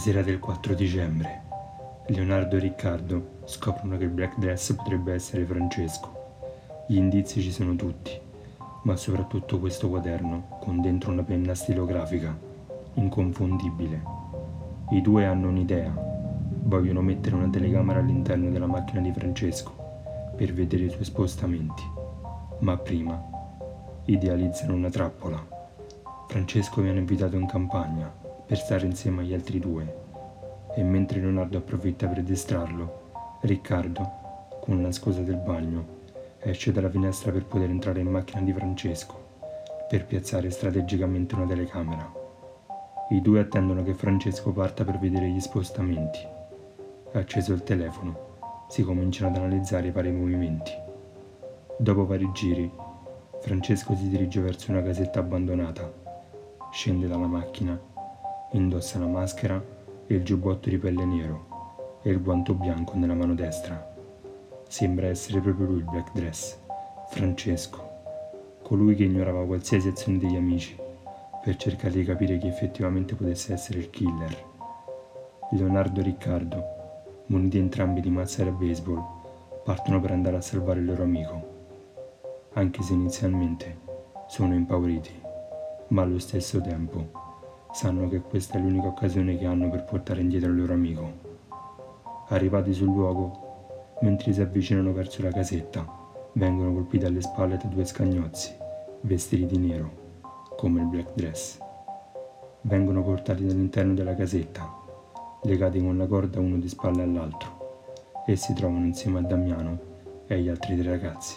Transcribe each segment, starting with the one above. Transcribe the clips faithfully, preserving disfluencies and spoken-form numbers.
sera del quattro dicembre, Leonardo e Riccardo scoprono che il black dress potrebbe essere Francesco. Gli indizi ci sono tutti, ma soprattutto questo quaderno con dentro una penna stilografica, inconfondibile. I due hanno un'idea, vogliono mettere una telecamera all'interno della macchina di Francesco per vedere i suoi spostamenti, ma prima idealizzano una trappola. Francesco viene invitato in campagna per stare insieme agli altri due e mentre Leonardo approfitta per distrarlo, Riccardo, con una scusa del bagno, esce dalla finestra per poter entrare in macchina di Francesco per piazzare strategicamente una telecamera. I due attendono che Francesco parta per vedere gli spostamenti. Acceso il telefono, si cominciano ad analizzare i vari movimenti. Dopo vari giri, Francesco si dirige verso una casetta abbandonata, scende dalla macchina, indossa la maschera e il giubbotto di pelle nero e il guanto bianco nella mano destra. Sembra essere proprio lui il black dress, Francesco, colui che ignorava qualsiasi azione degli amici per cercare di capire chi effettivamente potesse essere il killer. Leonardo e Riccardo, muniti entrambi di mazza da baseball, partono per andare a salvare il loro amico, anche se inizialmente sono impauriti, ma allo stesso tempo sanno che questa è l'unica occasione che hanno per portare indietro il loro amico. Arrivati sul luogo, mentre si avvicinano verso la casetta, vengono colpiti alle spalle da due scagnozzi, vestiti di nero, come il black dress. Vengono portati all'interno della casetta, legati con la corda uno di spalle all'altro, e si trovano insieme a Damiano e agli altri tre ragazzi.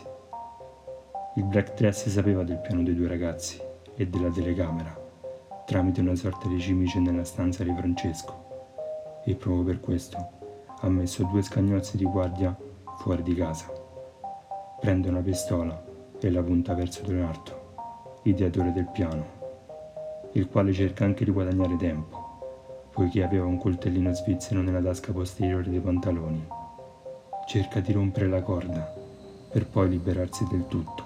Il black dress sapeva del piano dei due ragazzi e della telecamera, tramite una sorta di cimice nella stanza di Francesco, e proprio per questo ha messo due scagnozzi di guardia fuori di casa. Prende una pistola e la punta verso Leonardo, ideatore del piano, il quale cerca anche di guadagnare tempo, poiché aveva un coltellino svizzero nella tasca posteriore dei pantaloni. Cerca di rompere la corda, per poi liberarsi del tutto.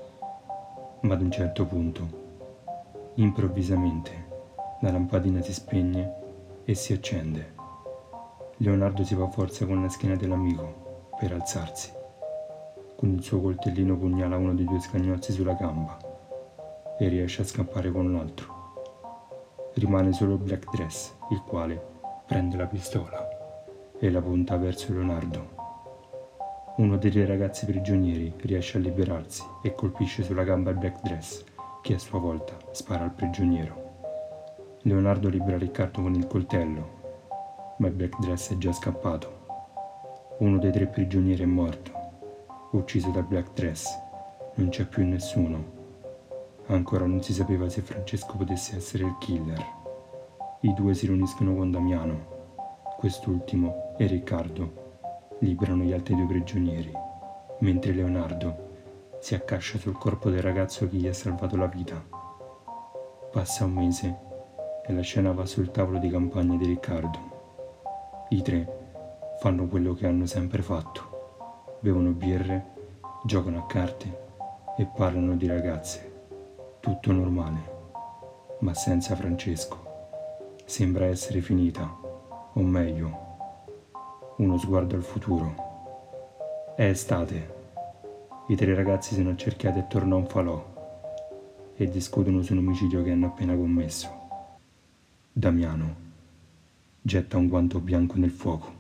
Ma ad un certo punto, improvvisamente, la lampadina si spegne e si accende. Leonardo si fa forza con la schiena dell'amico per alzarsi. Con il suo coltellino pugnala uno dei due scagnozzi sulla gamba e riesce a scappare con l'altro. Rimane solo il black dress, il quale prende la pistola e la punta verso Leonardo. Uno dei tre ragazzi prigionieri riesce a liberarsi e colpisce sulla gamba il black dress, che a sua volta spara al prigioniero. Leonardo libera Riccardo con il coltello, ma il black dress è già scappato. Uno dei tre prigionieri è morto, ucciso dal black dress. Non c'è più nessuno. Ancora non si sapeva se Francesco potesse essere il killer. I due si riuniscono con Damiano. Quest'ultimo e Riccardo liberano gli altri due prigionieri, mentre Leonardo si accascia sul corpo del ragazzo che gli ha salvato la vita. Passa un mese e la scena va sul tavolo di campagna di Riccardo. I tre fanno quello che hanno sempre fatto: bevono birre, giocano a carte e parlano di ragazze. Tutto normale, ma senza Francesco. Sembra essere finita, o meglio, uno sguardo al futuro. È estate. I tre ragazzi sono accerchiati attorno a un falò e discutono su un omicidio che hanno appena commesso. Damiano getta un guanto bianco nel fuoco.